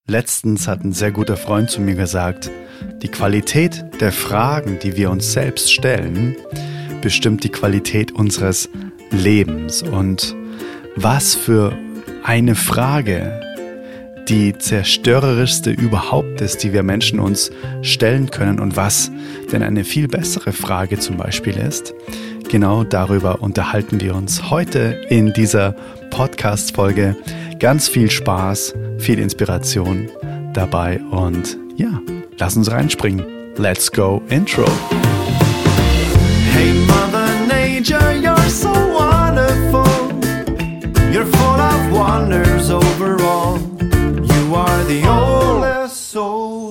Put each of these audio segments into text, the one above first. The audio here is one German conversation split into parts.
Letztens hat ein sehr guter Freund zu mir gesagt, die Qualität der Fragen, die wir uns selbst stellen, bestimmt die Qualität unseres Lebens. Und was für eine Frage die zerstörerischste überhaupt ist, die wir Menschen uns stellen können und was denn eine viel bessere Frage zum Beispiel ist, genau darüber unterhalten wir uns heute in dieser Podcast-Folge. Ganz viel Spaß, viel Inspiration dabei und ja, lass uns reinspringen. Let's go, Intro. Hey Mother Nature, you're so wonderful. You're full of wonders overall. You are the oldest soul.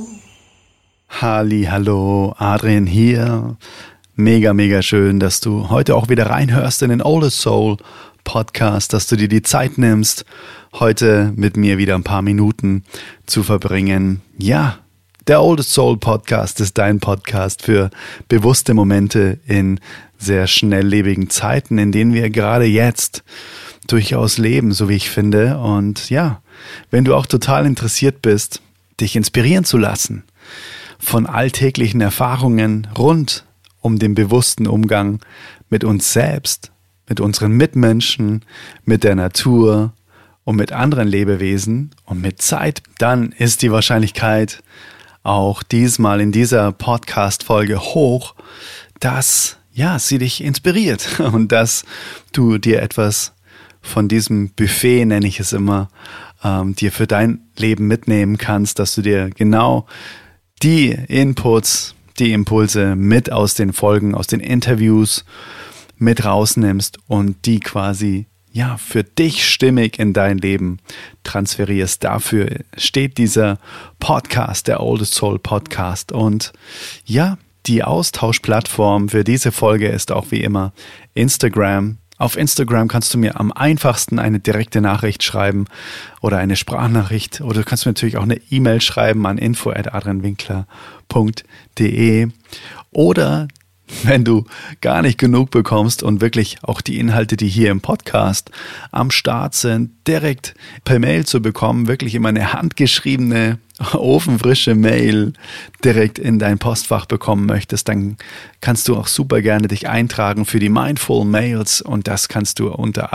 Hallo, Adrian hier. Mega schön, dass du heute auch wieder reinhörst in den Oldest Soul Podcast, dass du dir die Zeit nimmst, heute mit mir wieder ein paar Minuten zu verbringen. Ja, der Oldest Soul Podcast ist dein Podcast für bewusste Momente in sehr schnelllebigen Zeiten, in denen wir gerade jetzt durchaus leben, so wie ich finde. Und ja, wenn du auch total interessiert bist, dich inspirieren zu lassen von alltäglichen Erfahrungen rund um den bewussten Umgang mit uns selbst, mit unseren Mitmenschen, mit der Natur und mit anderen Lebewesen und mit Zeit, dann ist die Wahrscheinlichkeit auch diesmal in dieser Podcast-Folge hoch, dass ja, sie dich inspiriert und dass du dir etwas von diesem Buffet, nenne ich es immer, dir für dein Leben mitnehmen kannst, dass du dir genau die Inputs, die Impulse mit aus den Folgen, aus den Interviews mit rausnimmst und die quasi ja für dich stimmig in dein Leben transferierst. Dafür steht dieser Podcast, der Oldest Soul Podcast. Und ja, die Austauschplattform für diese Folge ist auch wie immer Instagram. Auf Instagram kannst du mir am einfachsten eine direkte Nachricht schreiben oder eine Sprachnachricht oder du kannst mir natürlich auch eine E-Mail schreiben an info@adrianwinkler.de oder wenn du gar nicht genug bekommst und wirklich auch die Inhalte, die hier im Podcast am Start sind, direkt per Mail zu bekommen, wirklich immer eine handgeschriebene, ofenfrische Mail direkt in dein Postfach bekommen möchtest, dann kannst du auch super gerne dich eintragen für die Mindful Mails und das kannst du unter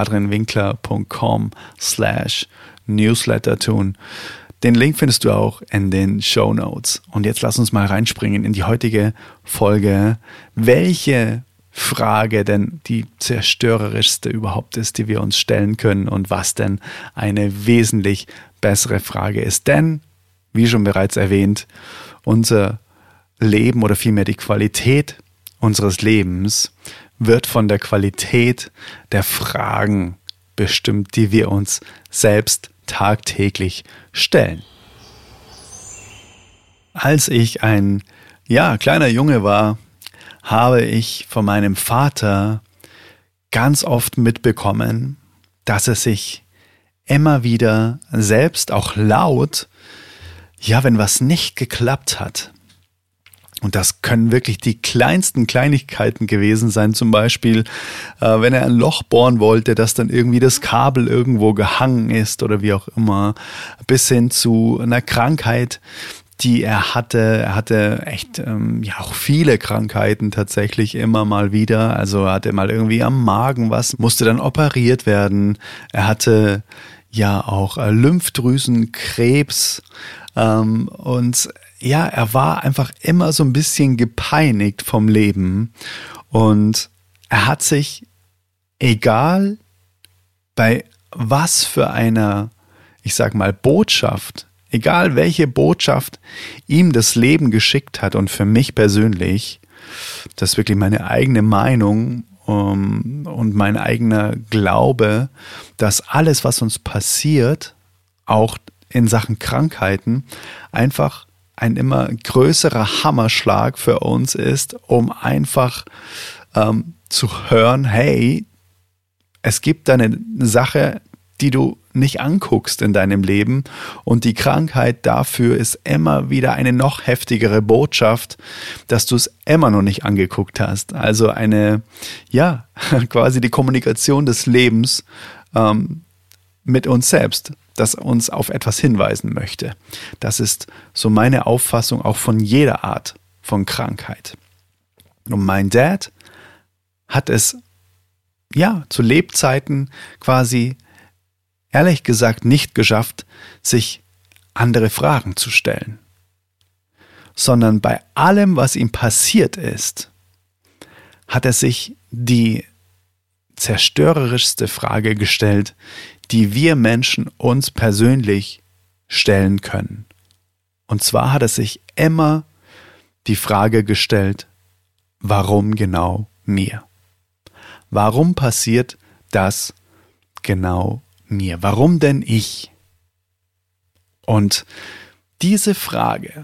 adrianwinkler.com/newsletter tun. Den Link findest du auch in den Shownotes. Und jetzt lass uns mal reinspringen in die heutige Folge. Welche Frage denn die zerstörerischste überhaupt ist, die wir uns stellen können und was denn eine wesentlich bessere Frage ist. Denn, wie schon bereits erwähnt, unser Leben oder vielmehr die Qualität unseres Lebens wird von der Qualität der Fragen bestimmt, die wir uns selbst tagtäglich stellen. Als ich ein kleiner Junge war, habe ich von meinem Vater ganz oft mitbekommen, dass er sich immer wieder selbst auch laut, wenn was nicht geklappt hat. Und das können wirklich die kleinsten Kleinigkeiten gewesen sein, zum Beispiel, wenn er ein Loch bohren wollte, dass dann irgendwie das Kabel irgendwo gehangen ist oder wie auch immer, bis hin zu einer Krankheit, die er hatte. Er hatte echt auch viele Krankheiten tatsächlich immer mal wieder. Also er hatte mal irgendwie am Magen was, musste dann operiert werden. Er hatte auch Lymphdrüsenkrebs und er war einfach immer so ein bisschen gepeinigt vom Leben und er hat sich, egal bei was für einer, ich sag mal, Botschaft, egal welche Botschaft ihm das Leben geschickt hat und für mich persönlich, das ist wirklich meine eigene Meinung und mein eigener Glaube, dass alles, was uns passiert, auch in Sachen Krankheiten, einfach ein immer größerer Hammerschlag für uns ist, um einfach zu hören, hey, es gibt da eine Sache, die du nicht anguckst in deinem Leben und die Krankheit dafür ist immer wieder eine noch heftigere Botschaft, dass du es immer noch nicht angeguckt hast. Also eine, quasi die Kommunikation des Lebens mit uns selbst, das uns auf etwas hinweisen möchte. Das ist so meine Auffassung auch von jeder Art von Krankheit. Und mein Dad hat es zu Lebzeiten quasi, ehrlich gesagt, nicht geschafft, sich andere Fragen zu stellen. Sondern bei allem, was ihm passiert ist, hat er sich die zerstörerischste Frage gestellt, die wir Menschen uns persönlich stellen können. Und zwar hat er sich immer die Frage gestellt, warum genau mir? Warum passiert das genau mir? Warum denn ich? Und diese Frage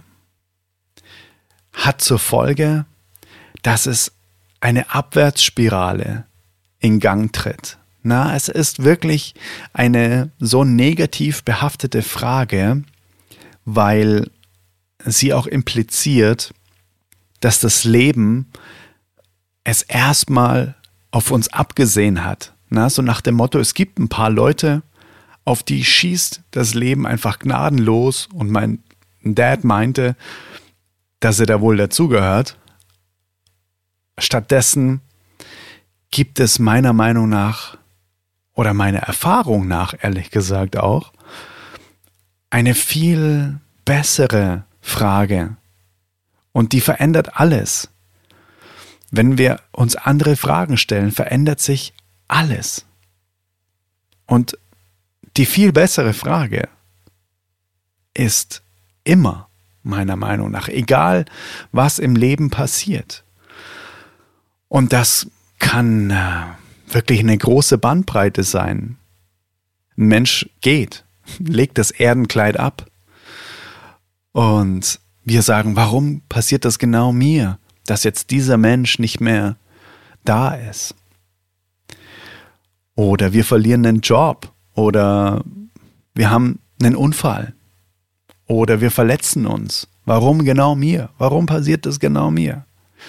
hat zur Folge, dass es eine Abwärtsspirale in Gang tritt. Es ist wirklich eine so negativ behaftete Frage, weil sie auch impliziert, dass das Leben es erstmal auf uns abgesehen hat. So nach dem Motto, es gibt ein paar Leute, auf die schießt das Leben einfach gnadenlos, und mein Dad meinte, dass er da wohl dazugehört. Stattdessen gibt es meiner Meinung nach oder meiner Erfahrung nach, ehrlich gesagt auch, eine viel bessere Frage. Und die verändert alles. Wenn wir uns andere Fragen stellen, verändert sich alles. Und die viel bessere Frage ist immer, meiner Meinung nach, egal was im Leben passiert. Und das kann wirklich eine große Bandbreite sein. Ein Mensch geht, legt das Erdenkleid ab. Und wir sagen, warum passiert das genau mir, dass jetzt dieser Mensch nicht mehr da ist? Oder wir verlieren einen Job. Oder wir haben einen Unfall. Oder wir verletzen uns. Warum genau mir? Warum passiert das genau mir?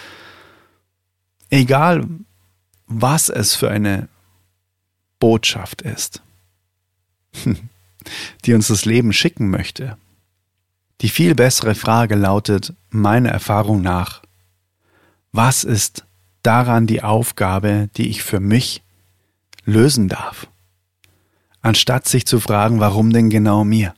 Egal, was es für eine Botschaft ist, die uns das Leben schicken möchte. Die viel bessere Frage lautet, meiner Erfahrung nach, was ist daran die Aufgabe, die ich für mich lösen darf? Anstatt sich zu fragen, warum denn genau mir?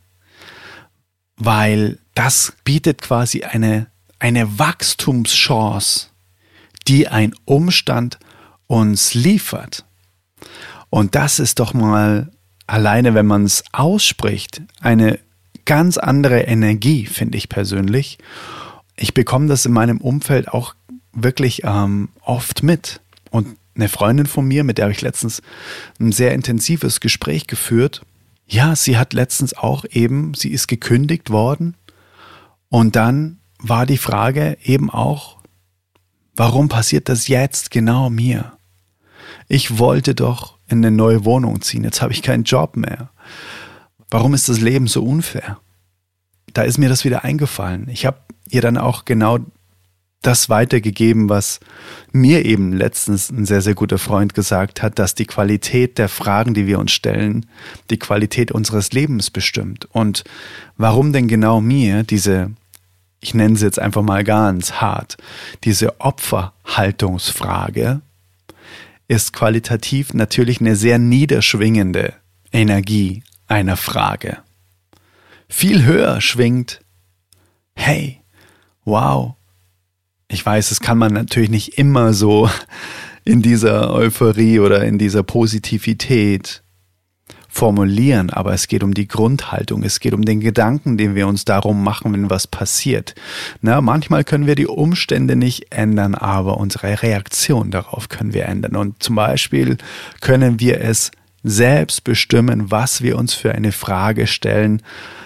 Weil das bietet quasi eine Wachstumschance, die ein Umstand uns liefert. Und das ist doch mal, alleine wenn man es ausspricht, eine ganz andere Energie, finde ich persönlich. Ich bekomme das in meinem Umfeld auch wirklich oft mit. Und eine Freundin von mir, mit der habe ich letztens ein sehr intensives Gespräch geführt. Ja, sie hat letztens auch sie ist gekündigt worden. Und dann war die Frage eben auch, warum passiert das jetzt genau mir? Ich wollte doch in eine neue Wohnung ziehen, jetzt habe ich keinen Job mehr. Warum ist das Leben so unfair? Da ist mir das wieder eingefallen. Ich habe ihr dann auch genau das weitergegeben, was mir eben letztens ein sehr, sehr guter Freund gesagt hat, dass die Qualität der Fragen, die wir uns stellen, die Qualität unseres Lebens bestimmt. Und warum denn genau mir diese, ich nenne sie jetzt einfach mal ganz hart, diese Opferhaltungsfrage ist qualitativ natürlich eine sehr niederschwingende Energie einer Frage. Viel höher schwingt, hey, wow, ich weiß, das kann man natürlich nicht immer so in dieser Euphorie oder in dieser Positivität formulieren, aber es geht um die Grundhaltung, es geht um den Gedanken, den wir uns darum machen, wenn was passiert. Manchmal können wir die Umstände nicht ändern, aber unsere Reaktion darauf können wir ändern. Und zum Beispiel können wir es selbst bestimmen, was wir uns für eine Frage stellen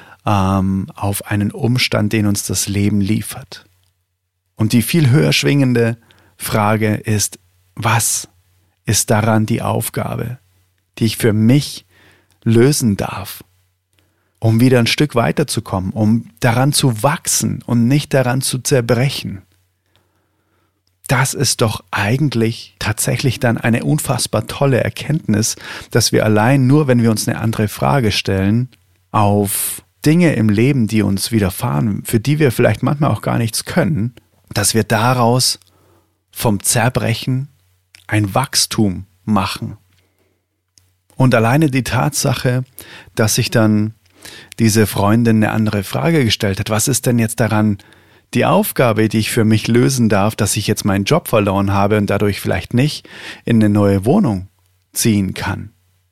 auf einen Umstand, den uns das Leben liefert. Und die viel höher schwingende Frage ist, was ist daran die Aufgabe, die ich für mich lösen darf, um wieder ein Stück weiterzukommen, um daran zu wachsen und nicht daran zu zerbrechen. Das ist doch eigentlich tatsächlich dann eine unfassbar tolle Erkenntnis, dass wir allein nur, wenn wir uns eine andere Frage stellen, auf Dinge im Leben, die uns widerfahren, für die wir vielleicht manchmal auch gar nichts können, dass wir daraus vom Zerbrechen ein Wachstum machen. Und alleine die Tatsache, dass sich dann diese Freundin eine andere Frage gestellt hat, was ist denn jetzt daran die Aufgabe, die ich für mich lösen darf, dass ich jetzt meinen Job verloren habe und dadurch vielleicht nicht in eine neue Wohnung ziehen kann.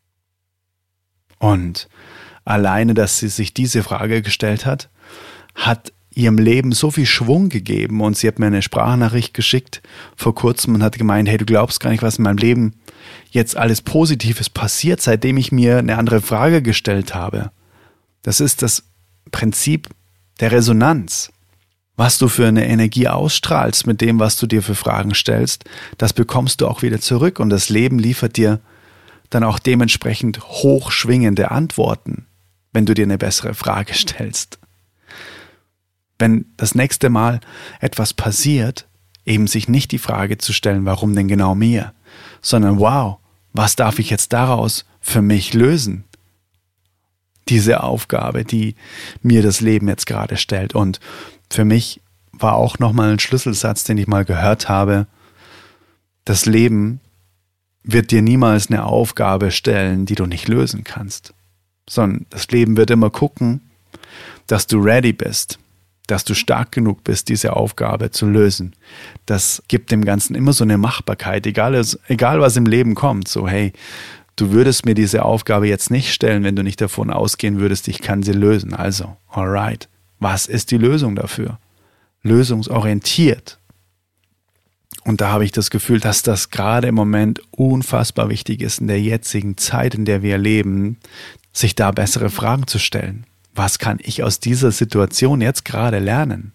Und alleine, dass sie sich diese Frage gestellt hat, hat ihrem Leben so viel Schwung gegeben und sie hat mir eine Sprachnachricht geschickt vor kurzem und hat gemeint, hey, du glaubst gar nicht, was in meinem Leben jetzt alles Positives passiert, seitdem ich mir eine andere Frage gestellt habe. Das ist das Prinzip der Resonanz. Was du für eine Energie ausstrahlst mit dem, was du dir für Fragen stellst, das bekommst du auch wieder zurück und das Leben liefert dir dann auch dementsprechend hochschwingende Antworten, wenn du dir eine bessere Frage stellst. Wenn das nächste Mal etwas passiert, eben sich nicht die Frage zu stellen, warum denn genau mir, sondern wow, was darf ich jetzt daraus für mich lösen? Diese Aufgabe, die mir das Leben jetzt gerade stellt. Und für mich war auch nochmal ein Schlüsselsatz, den ich mal gehört habe. Das Leben wird dir niemals eine Aufgabe stellen, die du nicht lösen kannst. Sondern das Leben wird immer gucken, dass du ready bist, dass du stark genug bist, diese Aufgabe zu lösen. Das gibt dem Ganzen immer so eine Machbarkeit, egal was im Leben kommt. So, hey, du würdest mir diese Aufgabe jetzt nicht stellen, wenn du nicht davon ausgehen würdest, ich kann sie lösen. Also, alright. Was ist die Lösung dafür? Lösungsorientiert. Und da habe ich das Gefühl, dass das gerade im Moment unfassbar wichtig ist, in der jetzigen Zeit, in der wir leben, sich da bessere Fragen zu stellen. Was kann ich aus dieser Situation jetzt gerade lernen?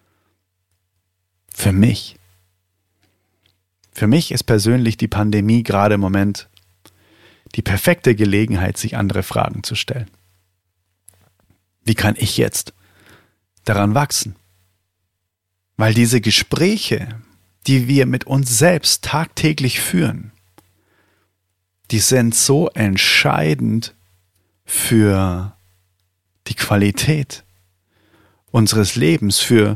Für mich. Für mich ist persönlich die Pandemie gerade im Moment die perfekte Gelegenheit, sich andere Fragen zu stellen. Wie kann ich jetzt daran wachsen? Weil diese Gespräche, die wir mit uns selbst tagtäglich führen, die sind so entscheidend für die Qualität unseres Lebens, für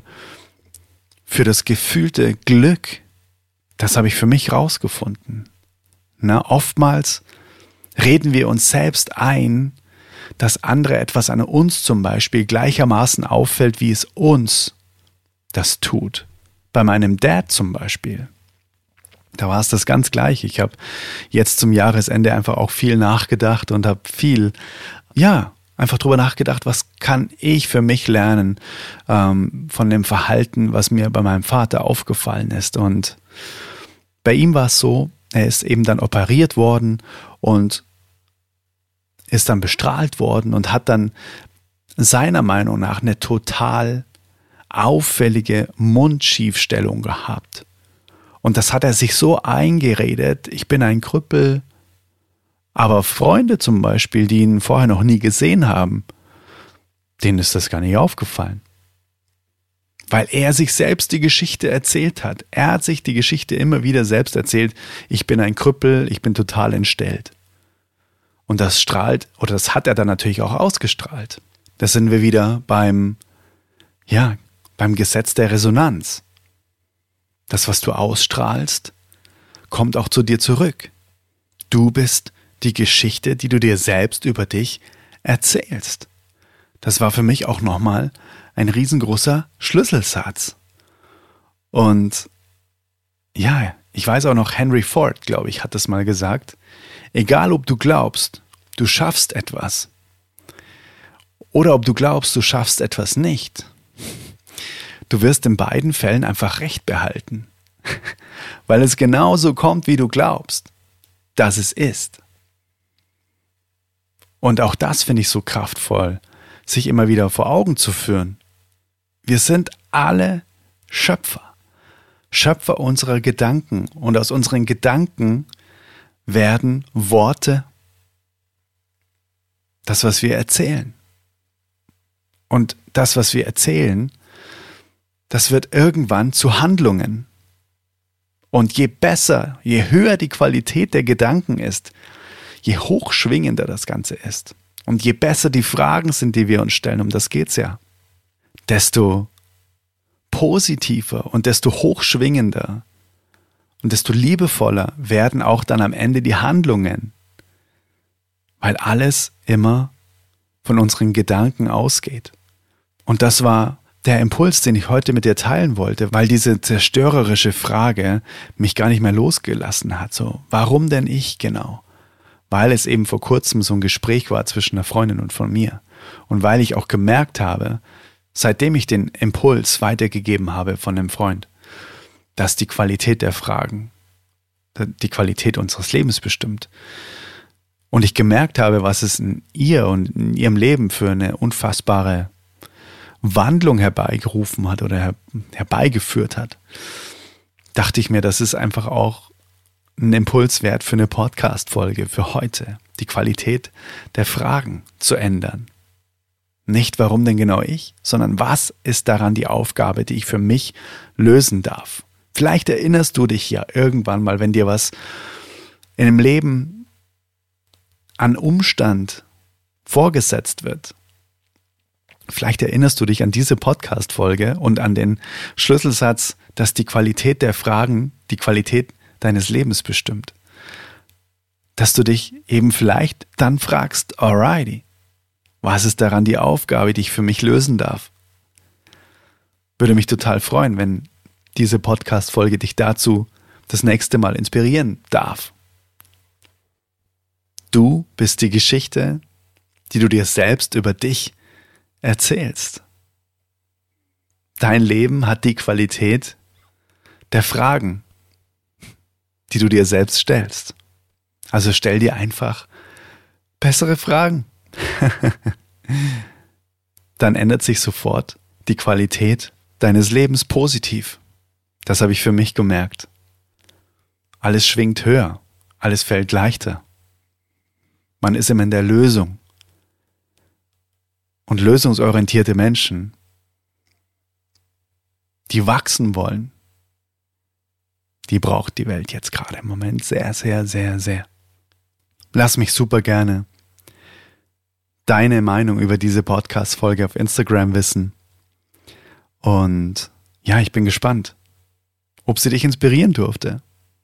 das gefühlte Glück. Das habe ich für mich rausgefunden. Oftmals reden wir uns selbst ein, dass andere etwas an uns zum Beispiel gleichermaßen auffällt, wie es uns das tut. Bei meinem Dad zum Beispiel. Da war es das ganz Gleiche. Ich habe jetzt zum Jahresende einfach auch viel nachgedacht und habe einfach drüber nachgedacht, was kann ich für mich lernen von dem Verhalten, was mir bei meinem Vater aufgefallen ist. Und bei ihm war es so, er ist eben dann operiert worden und ist dann bestrahlt worden und hat dann seiner Meinung nach eine total auffällige Mundschiefstellung gehabt. Und das hat er sich so eingeredet, ich bin ein Krüppel. Aber Freunde zum Beispiel, die ihn vorher noch nie gesehen haben, denen ist das gar nicht aufgefallen. Weil er sich selbst die Geschichte erzählt hat. Er hat sich die Geschichte immer wieder selbst erzählt, ich bin ein Krüppel, ich bin total entstellt. Und das strahlt, oder das hat er dann natürlich auch ausgestrahlt. Da sind wir wieder beim Gesetz der Resonanz. Das, was du ausstrahlst, kommt auch zu dir zurück. Du bist die Geschichte, die du dir selbst über dich erzählst. Das war für mich auch nochmal ein riesengroßer Schlüsselsatz. Und ja, ich weiß auch noch, Henry Ford, glaube ich, hat das mal gesagt. Egal, ob du glaubst, du schaffst etwas oder ob du glaubst, du schaffst etwas nicht, du wirst in beiden Fällen einfach Recht behalten, weil es genauso kommt, wie du glaubst, dass es ist. Und auch das finde ich so kraftvoll, sich immer wieder vor Augen zu führen. Wir sind alle Schöpfer unserer Gedanken und aus unseren Gedanken werden Worte, das, was wir erzählen. Und das, was wir erzählen, das wird irgendwann zu Handlungen. Und je besser, je höher die Qualität der Gedanken ist, je hochschwingender das Ganze ist und je besser die Fragen sind, die wir uns stellen, um das geht's ja, desto positiver und desto hochschwingender und desto liebevoller werden auch dann am Ende die Handlungen, weil alles immer von unseren Gedanken ausgeht. Und das war der Impuls, den ich heute mit dir teilen wollte, weil diese zerstörerische Frage mich gar nicht mehr losgelassen hat. So, warum denn ich genau? Weil es eben vor kurzem so ein Gespräch war zwischen einer Freundin und von mir. Und weil ich auch gemerkt habe, seitdem ich den Impuls weitergegeben habe von einem Freund, dass die Qualität der Fragen die Qualität unseres Lebens bestimmt. Und ich gemerkt habe, was es in ihr und in ihrem Leben für eine unfassbare Wandlung herbeigerufen hat oder herbeigeführt hat, dachte ich mir, das ist einfach auch ein Impuls wert für eine Podcast-Folge für heute, die Qualität der Fragen zu ändern. Nicht, warum denn genau ich, sondern was ist daran die Aufgabe, die ich für mich lösen darf. Vielleicht erinnerst du dich ja irgendwann mal, wenn dir was in dem Leben an Umstand vorgesetzt wird. Vielleicht erinnerst du dich an diese Podcast-Folge und an den Schlüsselsatz, dass die Qualität der Fragen die Qualität deines Lebens bestimmt. Dass du dich eben vielleicht dann fragst, alrighty, was ist daran die Aufgabe, die ich für mich lösen darf? Würde mich total freuen, wenn diese Podcast-Folge dich dazu das nächste Mal inspirieren darf. Du bist die Geschichte, die du dir selbst über dich erzählst. Dein Leben hat die Qualität der Fragen, die du dir selbst stellst. Also stell dir einfach bessere Fragen. Dann ändert sich sofort die Qualität deines Lebens positiv. Das habe ich für mich gemerkt. Alles schwingt höher, alles fällt leichter. Man ist immer in der Lösung. Und lösungsorientierte Menschen, die wachsen wollen, die braucht die Welt jetzt gerade im Moment sehr, sehr, sehr, sehr. Lass mich super gerne deine Meinung über diese Podcast-Folge auf Instagram wissen. Und ja, ich bin gespannt, ob sie dich inspirieren durfte.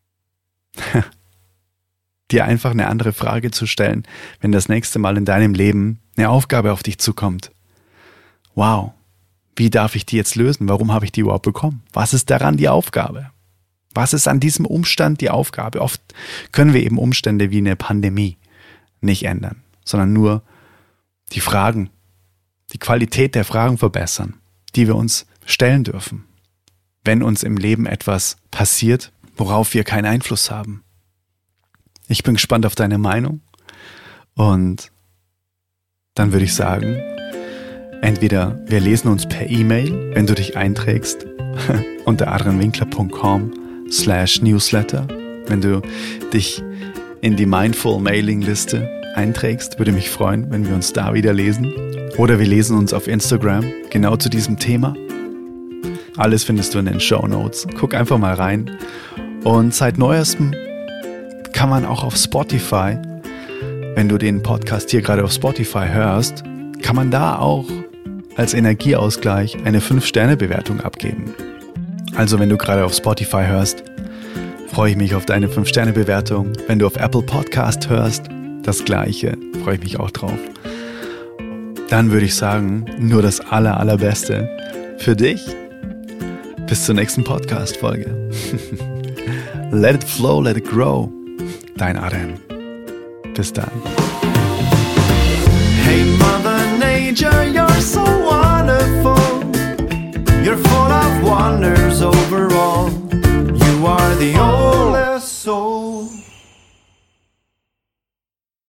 Dir einfach eine andere Frage zu stellen, wenn das nächste Mal in deinem Leben eine Aufgabe auf dich zukommt. Wow, wie darf ich die jetzt lösen? Warum habe ich die überhaupt bekommen? Was ist daran die Aufgabe? Was ist an diesem Umstand die Aufgabe? Oft können wir eben Umstände wie eine Pandemie nicht ändern, sondern nur die Fragen, die Qualität der Fragen verbessern, die wir uns stellen dürfen, wenn uns im Leben etwas passiert, worauf wir keinen Einfluss haben. Ich bin gespannt auf deine Meinung und dann würde ich sagen, entweder wir lesen uns per E-Mail, wenn du dich einträgst unter adrianwinkler.com/newsletter, wenn du dich in die Mindful Mailing Liste einträgst, würde mich freuen, wenn wir uns da wieder lesen. Oder wir lesen uns auf Instagram genau zu diesem Thema. Alles findest du in den Shownotes. Guck einfach mal rein. Und seit Neuestem kann man auch auf Spotify, wenn du den Podcast hier gerade auf Spotify hörst, kann man da auch als Energieausgleich eine 5-Sterne-Bewertung abgeben. Also wenn du gerade auf Spotify hörst, freue ich mich auf deine 5-Sterne-Bewertung. Wenn du auf Apple Podcast hörst, das Gleiche, freue ich mich auch drauf. Dann würde ich sagen, nur das Allerbeste für dich. Bis zur nächsten Podcast-Folge. Let it flow, let it grow. Dein Adrian. Bis dann.